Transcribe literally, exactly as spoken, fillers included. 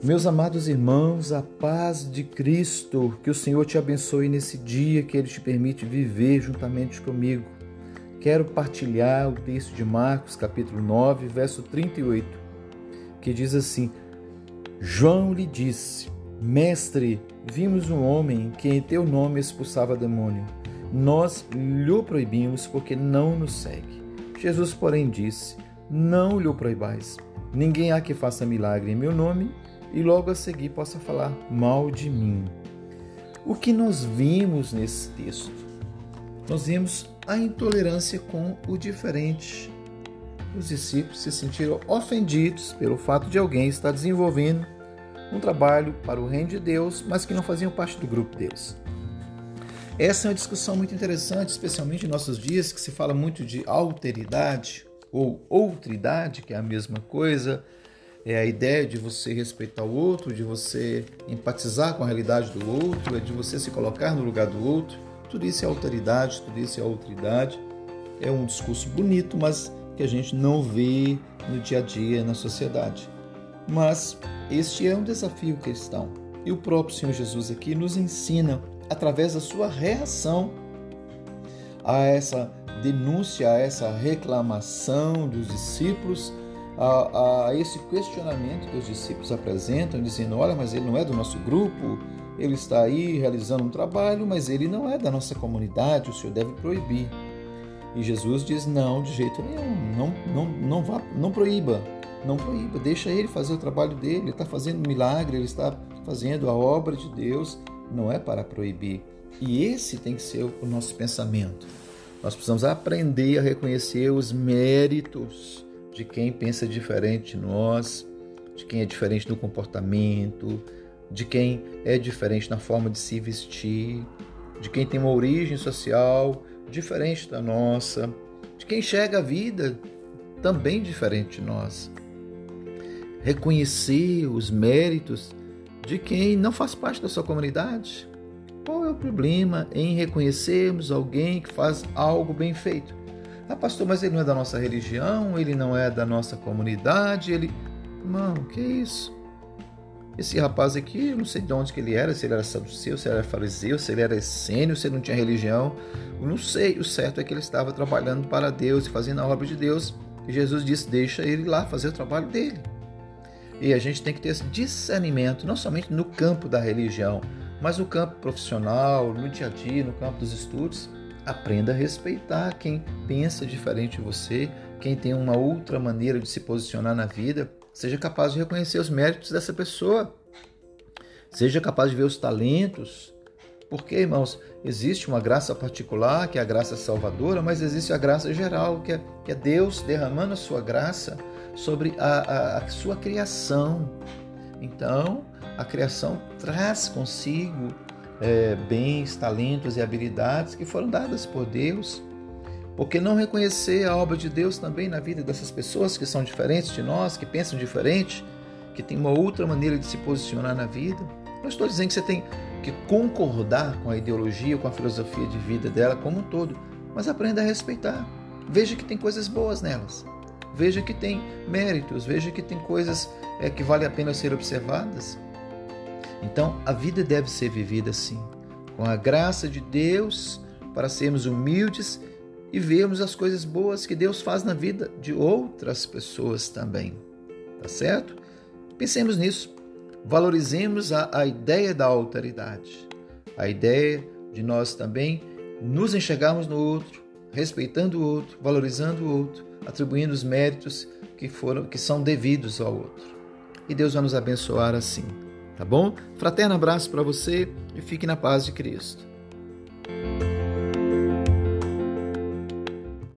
Meus amados irmãos, a paz de Cristo, que o Senhor te abençoe nesse dia que Ele te permite viver juntamente comigo. Quero partilhar o texto de Marcos, capítulo nove, verso trinta e oito, que diz assim: João lhe disse: Mestre, vimos um homem que em teu nome expulsava demônio. Nós lhe proibimos porque não nos segue. Jesus, porém, disse: Não lhe proibais. Ninguém há que faça milagre em meu nome e logo a seguir possa falar mal de mim. O que nós vimos nesse texto? Nós vimos a intolerância com o diferente. Os discípulos se sentiram ofendidos pelo fato de alguém estar desenvolvendo um trabalho para o reino de Deus, mas que não faziam parte do grupo deles. Essa é uma discussão muito interessante, especialmente em nossos dias, que se fala muito de alteridade ou outridade, que é a mesma coisa. É a ideia de você respeitar o outro, de você empatizar com a realidade do outro, é de você se colocar no lugar do outro. Tudo isso é alteridade, tudo isso é outridade. É um discurso bonito, mas que a gente não vê no dia a dia, na sociedade. Mas este é um desafio cristão. E o próprio Senhor Jesus aqui nos ensina, através da sua reação a essa denúncia, a essa reclamação dos discípulos, A, a esse questionamento que os discípulos apresentam, dizendo: olha, mas ele não é do nosso grupo, ele está aí realizando um trabalho, mas ele não é da nossa comunidade, o Senhor deve proibir. E Jesus diz: não, de jeito nenhum, não, não, não, vá, não proíba, não proíba, deixa ele fazer o trabalho dele, ele está fazendo um milagre, ele está fazendo a obra de Deus, não é para proibir. E esse tem que ser o nosso pensamento. Nós precisamos aprender a reconhecer os méritos de quem pensa diferente de nós, de quem é diferente no comportamento, de quem é diferente na forma de se vestir, de quem tem uma origem social diferente da nossa, de quem enxerga a vida também diferente de nós. Reconhecer os méritos de quem não faz parte da sua comunidade. Qual é o problema em reconhecermos alguém que faz algo bem feito? Ah, pastor, mas ele não é da nossa religião, ele não é da nossa comunidade, ele... Não, que isso? Esse rapaz aqui, eu não sei de onde que ele era, se ele era saduceu, se ele era fariseu, se ele era essênio, se ele não tinha religião. Eu não sei, o certo é que ele estava trabalhando para Deus e fazendo a obra de Deus. E Jesus disse: deixa ele lá fazer o trabalho dele. E a gente tem que ter esse discernimento, não somente no campo da religião, mas no campo profissional, no dia a dia, no campo dos estudos. Aprenda a respeitar quem pensa diferente de você, quem tem uma outra maneira de se posicionar na vida. Seja capaz de reconhecer os méritos dessa pessoa. Seja capaz de ver os talentos. Porque, irmãos, existe uma graça particular, que é a graça salvadora, mas existe a graça geral, que é, que é Deus derramando a sua graça sobre a, a, a sua criação. Então, a criação traz consigo É, bens, talentos e habilidades que foram dadas por Deus. Porque não reconhecer a obra de Deus também na vida dessas pessoas que são diferentes de nós, que pensam diferente, que têm uma outra maneira de se posicionar na vida? Não estou dizendo que você tem que concordar com a ideologia, com a filosofia de vida dela como um todo, mas aprenda a respeitar. Veja que tem coisas boas nelas. Veja que tem méritos, veja que tem coisas é, que vale a pena ser observadas. Então, a vida deve ser vivida assim, com a graça de Deus, para sermos humildes e vermos as coisas boas que Deus faz na vida de outras pessoas também. Tá certo? Pensemos nisso. Valorizemos a, a ideia da alteridade, a ideia de nós também nos enxergarmos no outro, respeitando o outro, valorizando o outro, atribuindo os méritos que, foram, que são devidos ao outro. E Deus vai nos abençoar assim. Tá bom? Fraterno abraço para você e fique na paz de Cristo.